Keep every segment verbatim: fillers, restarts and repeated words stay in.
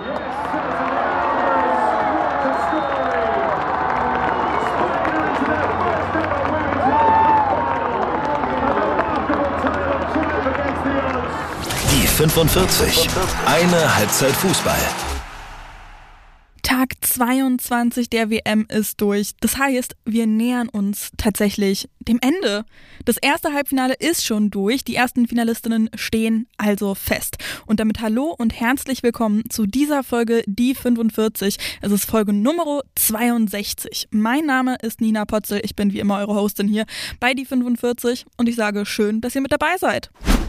Die fünfundvierzig. Eine Halbzeit Fußball. Tag zweiundzwanzig der W M ist durch. Das heißt, wir nähern uns tatsächlich dem Ende. Das erste Halbfinale ist schon durch. Die ersten Finalistinnen stehen also fest. Und damit hallo und herzlich willkommen zu dieser Folge Die fünfundvierzig. Es ist Folge Nummer zweiundsechzig. Mein Name ist Nina Potzel. Ich bin wie immer eure Hostin hier bei Die fünfundvierzig und ich sage schön, dass ihr mit dabei seid.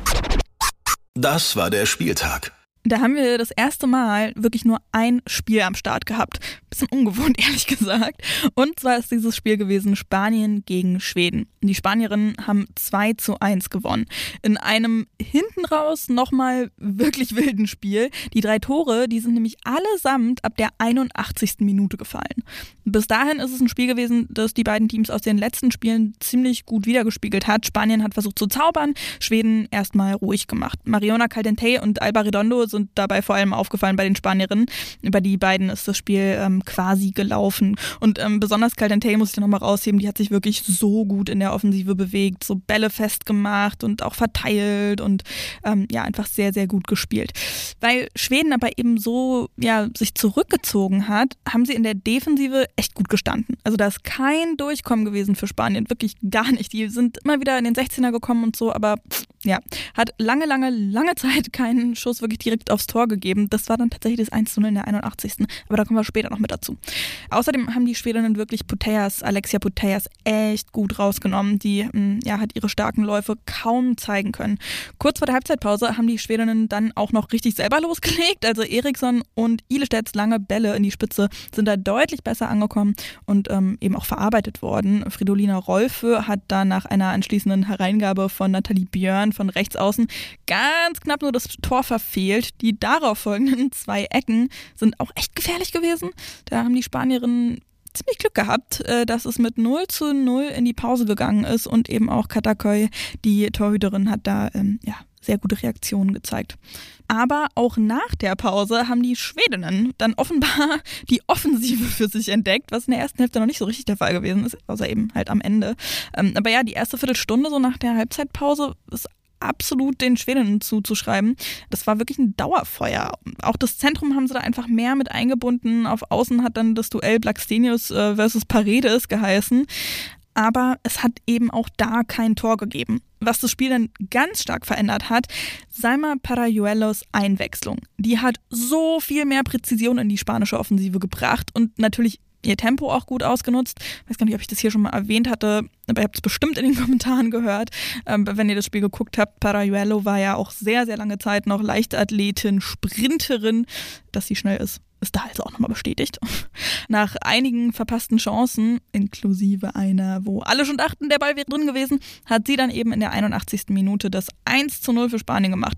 Das war der Spieltag. Da haben wir das erste Mal wirklich nur ein Spiel am Start gehabt. Bisschen ungewohnt, ehrlich gesagt. Und zwar ist dieses Spiel gewesen Spanien gegen Schweden. Die Spanierinnen haben zwei zu eins gewonnen. In einem hinten raus nochmal wirklich wilden Spiel. Die drei Tore, die sind nämlich allesamt ab der einundachtzigsten Minute gefallen. Bis dahin ist es ein Spiel gewesen, das die beiden Teams aus den letzten Spielen ziemlich gut wiedergespiegelt hat. Spanien hat versucht zu zaubern, Schweden erstmal ruhig gemacht. Mariona Caldentey und Alba Redondo sind dabei vor allem aufgefallen bei den Spanierinnen. Über die beiden ist das Spiel ähm, quasi gelaufen. Und ähm, besonders Caldentey muss ich da nochmal rausheben, die hat sich wirklich so gut in der Offensive bewegt, so Bälle festgemacht und auch verteilt und ähm, ja, einfach sehr, sehr gut gespielt. Weil Schweden aber eben so ja, sich zurückgezogen hat, haben sie in der Defensive echt gut gestanden. Also da ist kein Durchkommen gewesen für Spanien, wirklich gar nicht. Die sind immer wieder in den sechzehner gekommen und so, aber pff, ja, hat lange, lange, lange Zeit keinen Schuss wirklich direkt aufs Tor gegeben. Das war dann tatsächlich das eins zu null in der einundachtzigsten Aber da kommen wir später noch mit dazu. Außerdem haben die Schwedinnen wirklich Putellas, Alexia Putellas, echt gut rausgenommen. Die ja, hat ihre starken Läufe kaum zeigen können. Kurz vor der Halbzeitpause haben die Schwedinnen dann auch noch richtig selber losgelegt. Also Eriksson und Ilestedts lange Bälle in die Spitze sind da deutlich besser angekommen und ähm, eben auch verarbeitet worden. Fridolina Rolfö hat da nach einer anschließenden Hereingabe von Nathalie Björn von rechts außen ganz knapp nur das Tor verfehlt. Die darauf folgenden zwei Ecken sind auch echt gefährlich gewesen. Da haben die Spanierinnen ziemlich Glück gehabt, dass es mit null zu null in die Pause gegangen ist und eben auch Kataköy, die Torhüterin, hat da ähm, ja, sehr gute Reaktionen gezeigt. Aber auch nach der Pause haben die Schwedinnen dann offenbar die Offensive für sich entdeckt, was in der ersten Hälfte noch nicht so richtig der Fall gewesen ist, außer eben halt am Ende. Ähm, aber ja, die erste Viertelstunde so nach der Halbzeitpause ist absolut den Schwedinnen zuzuschreiben. Das war wirklich ein Dauerfeuer. Auch das Zentrum haben sie da einfach mehr mit eingebunden. Auf Außen hat dann das Duell Blackstenius äh, versus Paredes geheißen. Aber es hat eben auch da kein Tor gegeben. Was das Spiel dann ganz stark verändert hat, Salma Parayuelos Einwechslung. Die hat so viel mehr Präzision in die spanische Offensive gebracht und natürlich ihr Tempo auch gut ausgenutzt. Ich weiß gar nicht, ob ich das hier schon mal erwähnt hatte, aber ihr habt es bestimmt in den Kommentaren gehört, ähm, wenn ihr das Spiel geguckt habt. Parayuelo war ja auch sehr, sehr lange Zeit noch Leichtathletin, Sprinterin. Dass sie schnell ist, ist da also auch nochmal bestätigt. Nach einigen verpassten Chancen, inklusive einer, wo alle schon dachten, der Ball wäre drin gewesen, hat sie dann eben in der einundachtzigsten Minute das eins zu null für Spanien gemacht.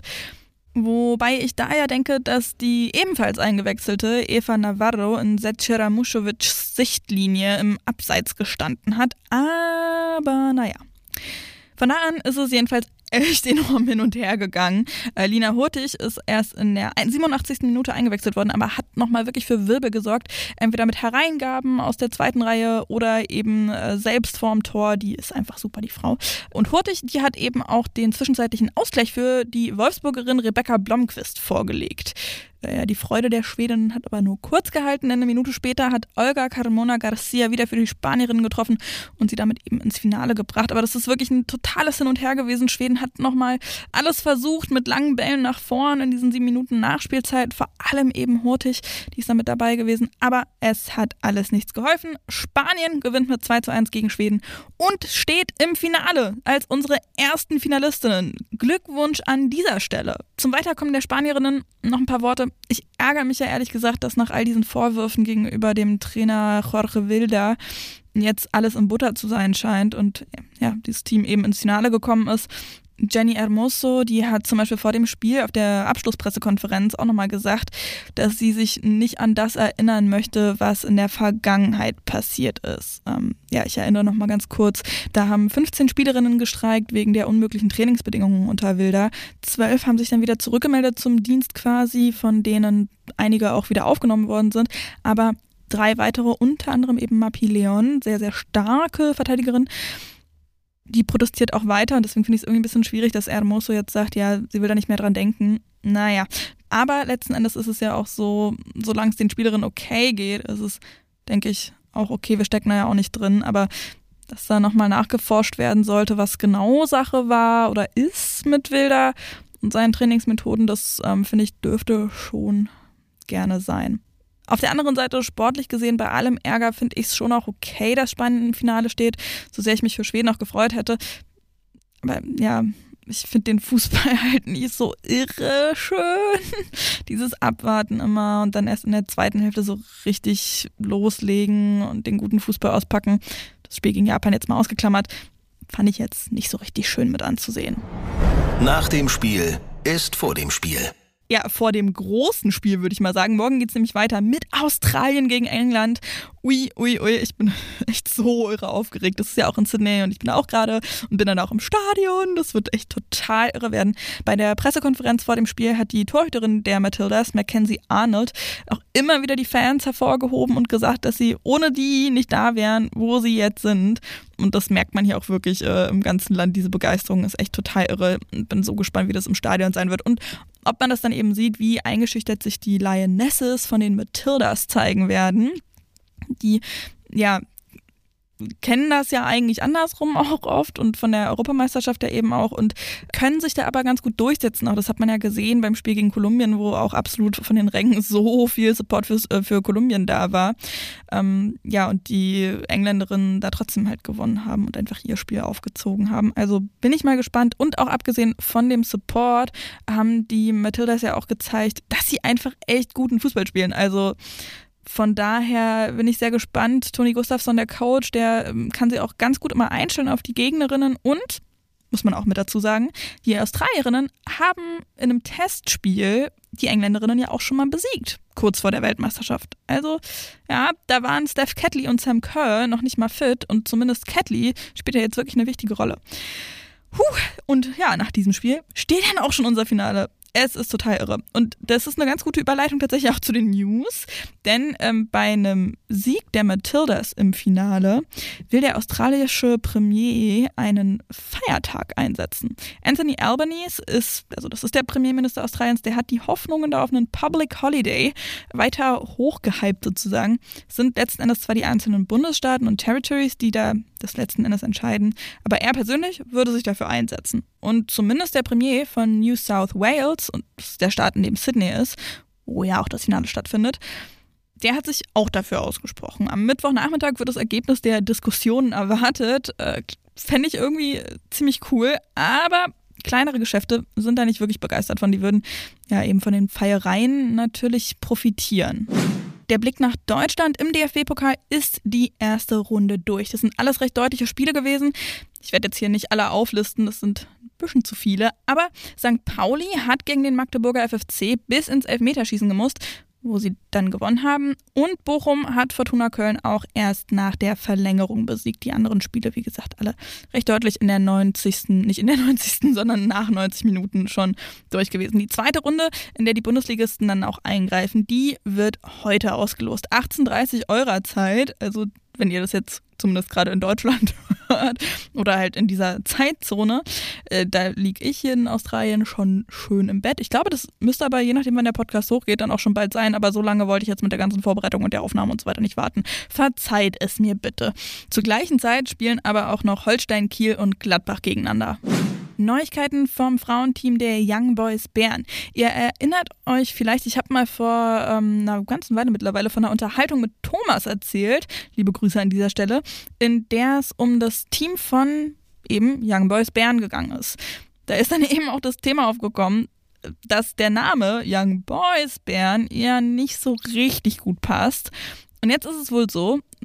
Wobei ich da ja denke, dass die ebenfalls eingewechselte Eva Navarro in Zecera Mušovićs Sichtlinie im Abseits gestanden hat. Aber naja. Von da an ist es jedenfalls echt enorm hin und her gegangen. Äh, Lina Hurtig ist erst in der siebenundachtzigsten Minute eingewechselt worden, aber hat nochmal wirklich für Wirbel gesorgt. Entweder mit Hereingaben aus der zweiten Reihe oder eben äh, selbst vorm Tor. Die ist einfach super, die Frau. Und Hurtig, die hat eben auch den zwischenzeitlichen Ausgleich für die Wolfsburgerin Rebecca Blomqvist vorgelegt. Ja, die Freude der Schwedinnen hat aber nur kurz gehalten, denn eine Minute später hat Olga Carmona Garcia wieder für die Spanierinnen getroffen und sie damit eben ins Finale gebracht. Aber das ist wirklich ein totales Hin und Her gewesen. Schweden hat nochmal alles versucht mit langen Bällen nach vorn in diesen sieben Minuten Nachspielzeit, vor allem eben Hurtig, die ist damit dabei gewesen. Aber es hat alles nichts geholfen. Spanien gewinnt mit zwei zu eins gegen Schweden und steht im Finale als unsere ersten Finalistinnen. Glückwunsch an dieser Stelle. Zum Weiterkommen der Spanierinnen noch ein paar Worte. Ich ärgere mich ja ehrlich gesagt, dass nach all diesen Vorwürfen gegenüber dem Trainer Jorge Vilda jetzt alles in Butter zu sein scheint und ja, dieses Team eben ins Finale gekommen ist. Jenny Hermoso, die hat zum Beispiel vor dem Spiel auf der Abschlusspressekonferenz auch nochmal gesagt, dass sie sich nicht an das erinnern möchte, was in der Vergangenheit passiert ist. Ähm, ja, ich erinnere nochmal ganz kurz, da haben fünfzehn Spielerinnen gestreikt wegen der unmöglichen Trainingsbedingungen unter Wilder. Zwölf haben sich dann wieder zurückgemeldet zum Dienst quasi, von denen einige auch wieder aufgenommen worden sind, aber drei weitere, unter anderem eben Mapi Leon, sehr, sehr starke Verteidigerin, die protestiert auch weiter und deswegen finde ich es irgendwie ein bisschen schwierig, dass Hermoso jetzt sagt, ja, sie will da nicht mehr dran denken. Naja, aber letzten Endes ist es ja auch so, solange es den Spielerinnen okay geht, ist es, denke ich, auch okay, wir stecken da ja auch nicht drin, aber dass da nochmal nachgeforscht werden sollte, was genau Sache war oder ist mit Wilder und seinen Trainingsmethoden, das ähm, finde ich, dürfte schon gerne sein. Auf der anderen Seite, sportlich gesehen, bei allem Ärger finde ich es schon auch okay, dass Spanien im Finale steht, so sehr ich mich für Schweden auch gefreut hätte. Aber ja, ich finde den Fußball halt nicht so irre schön. Dieses Abwarten immer und dann erst in der zweiten Hälfte so richtig loslegen und den guten Fußball auspacken. Das Spiel gegen Japan jetzt mal ausgeklammert, fand ich jetzt nicht so richtig schön mit anzusehen. Nach dem Spiel ist vor dem Spiel. Ja, vor dem großen Spiel würde ich mal sagen. Morgen geht es nämlich weiter mit Australien gegen England. Ui, ui, ui, ich bin echt so irre aufgeregt. Das ist ja auch in Sydney und ich bin auch gerade und bin dann auch im Stadion. Das wird echt total irre werden. Bei der Pressekonferenz vor dem Spiel hat die Torhüterin der Matildas, Mackenzie Arnold, auch immer wieder die Fans hervorgehoben und gesagt, dass sie ohne die nicht da wären, wo sie jetzt sind. Und das merkt man hier auch wirklich äh, im ganzen Land. Diese Begeisterung ist echt total irre. Ich bin so gespannt, wie das im Stadion sein wird. Und ob man das dann eben sieht, wie eingeschüchtert sich die Lionesses von den Matildas zeigen werden. Die, ja, kennen das ja eigentlich andersrum auch oft und von der Europameisterschaft ja eben auch und können sich da aber ganz gut durchsetzen. Auch das hat man ja gesehen beim Spiel gegen Kolumbien, wo auch absolut von den Rängen so viel Support für, für Kolumbien da war. Ähm, ja, und die Engländerinnen da trotzdem halt gewonnen haben und einfach ihr Spiel aufgezogen haben. Also bin ich mal gespannt. Und auch abgesehen von dem Support haben die Matildas ja auch gezeigt, dass sie einfach echt guten Fußball spielen. Also von daher bin ich sehr gespannt. Toni Gustafsson, der Coach, der kann sie auch ganz gut immer einstellen auf die Gegnerinnen und, muss man auch mit dazu sagen, die Australierinnen haben in einem Testspiel die Engländerinnen ja auch schon mal besiegt, kurz vor der Weltmeisterschaft. Also ja, da waren Steph Catley und Sam Kerr noch nicht mal fit und zumindest Catley spielt ja jetzt wirklich eine wichtige Rolle. Puh, und ja, nach diesem Spiel steht dann auch schon unser Finale. Es ist total irre. Und das ist eine ganz gute Überleitung tatsächlich auch zu den News. Denn ähm, bei einem Sieg der Matildas im Finale will der australische Premier einen Feiertag einsetzen. Anthony Albanese ist, also das ist der Premierminister Australiens, der hat die Hoffnungen da auf einen Public Holiday weiter hochgehypt sozusagen. Es sind letzten Endes zwar die einzelnen Bundesstaaten und Territories, die da das letzten Endes entscheiden, aber er persönlich würde sich dafür einsetzen. Und zumindest der Premier von New South Wales, und das ist der Staat, in dem Sydney ist, wo ja auch das Finale stattfindet, der hat sich auch dafür ausgesprochen. Am Mittwochnachmittag wird das Ergebnis der Diskussionen erwartet. Äh, fände ich irgendwie ziemlich cool, aber kleinere Geschäfte sind da nicht wirklich begeistert von. Die würden ja eben von den Feiereien natürlich profitieren. Der Blick nach Deutschland im D F B-Pokal ist die erste Runde durch. Das sind alles recht deutliche Spiele gewesen. Ich werde jetzt hier nicht alle auflisten, das sind ein bisschen zu viele. Aber Sankt Pauli hat gegen den Magdeburger F F C bis ins Elfmeterschießen gemusst, wo sie dann gewonnen haben. Und Bochum hat Fortuna Köln auch erst nach der Verlängerung besiegt. Die anderen Spiele, wie gesagt, alle recht deutlich in der neunzigsten nicht in der neunzigsten, sondern nach neunzig Minuten schon durch gewesen. Die zweite Runde, in der die Bundesligisten dann auch eingreifen, die wird heute ausgelost. achtzehn Uhr dreißig eurer Zeit, also wenn ihr das jetzt zumindest gerade in Deutschland hört oder halt in dieser Zeitzone, äh, da liege ich hier in Australien schon schön im Bett. Ich glaube, das müsste aber, je nachdem, wann der Podcast hochgeht, dann auch schon bald sein, aber so lange wollte ich jetzt mit der ganzen Vorbereitung und der Aufnahme und so weiter nicht warten. Verzeiht es mir bitte. Zur gleichen Zeit spielen aber auch noch Holstein Kiel und Gladbach gegeneinander. Neuigkeiten vom Frauenteam der Young Boys Bern. Ihr erinnert euch vielleicht, ich habe mal vor ähm, einer ganzen Weile mittlerweile von einer Unterhaltung mit Thomas erzählt, liebe Grüße an dieser Stelle, in der es um das Team von eben Young Boys Bern gegangen ist. Da ist dann eben auch das Thema aufgekommen, dass der Name Young Boys Bern eher nicht so richtig gut passt. Und jetzt ist es wohl so, das hat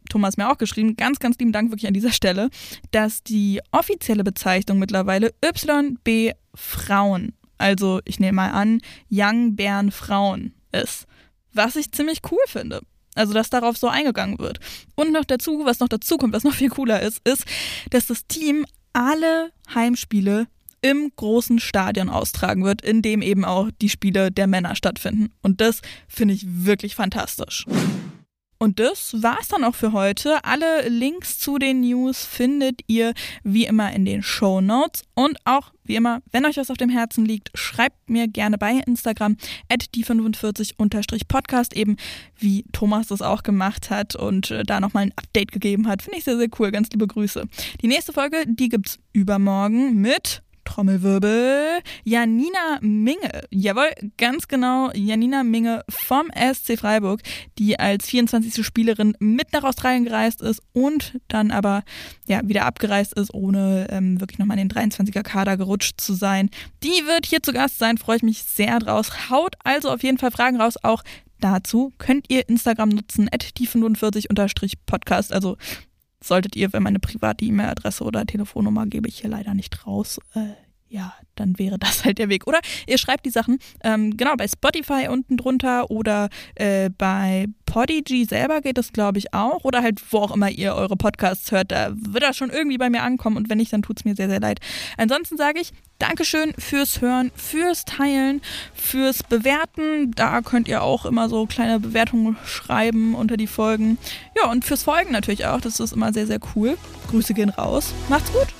Thomas mir auch geschrieben, ganz, ganz lieben Dank wirklich an dieser Stelle, dass die offizielle Bezeichnung mittlerweile Y B Frauen, also ich nehme mal an, Young Bären Frauen ist. Was ich ziemlich cool finde. Also, dass darauf so eingegangen wird. Und noch dazu, was noch dazu kommt, was noch viel cooler ist, ist, dass das Team alle Heimspiele im großen Stadion austragen wird, in dem eben auch die Spiele der Männer stattfinden. Und das finde ich wirklich fantastisch. Und das war's dann auch für heute. Alle Links zu den News findet ihr wie immer in den Shownotes. Und auch wie immer, wenn euch was auf dem Herzen liegt, schreibt mir gerne bei Instagram at die fünfundvierzig Podcast, eben wie Thomas das auch gemacht hat und äh, da nochmal ein Update gegeben hat. Finde ich sehr, sehr cool. Ganz liebe Grüße. Die nächste Folge, die gibt's übermorgen mit Trommelwirbel, Janina Minge. Jawohl, ganz genau, Janina Minge vom S C Freiburg, die als vierundzwanzigste Spielerin mit nach Australien gereist ist und dann aber ja wieder abgereist ist, ohne ähm, wirklich nochmal in den dreiundzwanziger Kader gerutscht zu sein. Die wird hier zu Gast sein, freue ich mich sehr draus. Haut also auf jeden Fall Fragen raus, auch dazu könnt ihr Instagram nutzen, at die fünfundvierzig Podcast, also solltet ihr, wenn meine private E-Mail-Adresse oder Telefonnummer gebe ich hier leider nicht raus, äh, ja, dann wäre das halt der Weg. Oder ihr schreibt die Sachen, ähm, genau, bei Spotify unten drunter oder äh, bei Podigy selber geht das, glaube ich, auch. Oder halt, wo auch immer ihr eure Podcasts hört, da wird das schon irgendwie bei mir ankommen. Und wenn nicht, dann tut es mir sehr, sehr leid. Ansonsten sage ich Dankeschön fürs Hören, fürs Teilen, fürs Bewerten. Da könnt ihr auch immer so kleine Bewertungen schreiben unter die Folgen. Ja, und fürs Folgen natürlich auch. Das ist immer sehr, sehr cool. Grüße gehen raus. Macht's gut.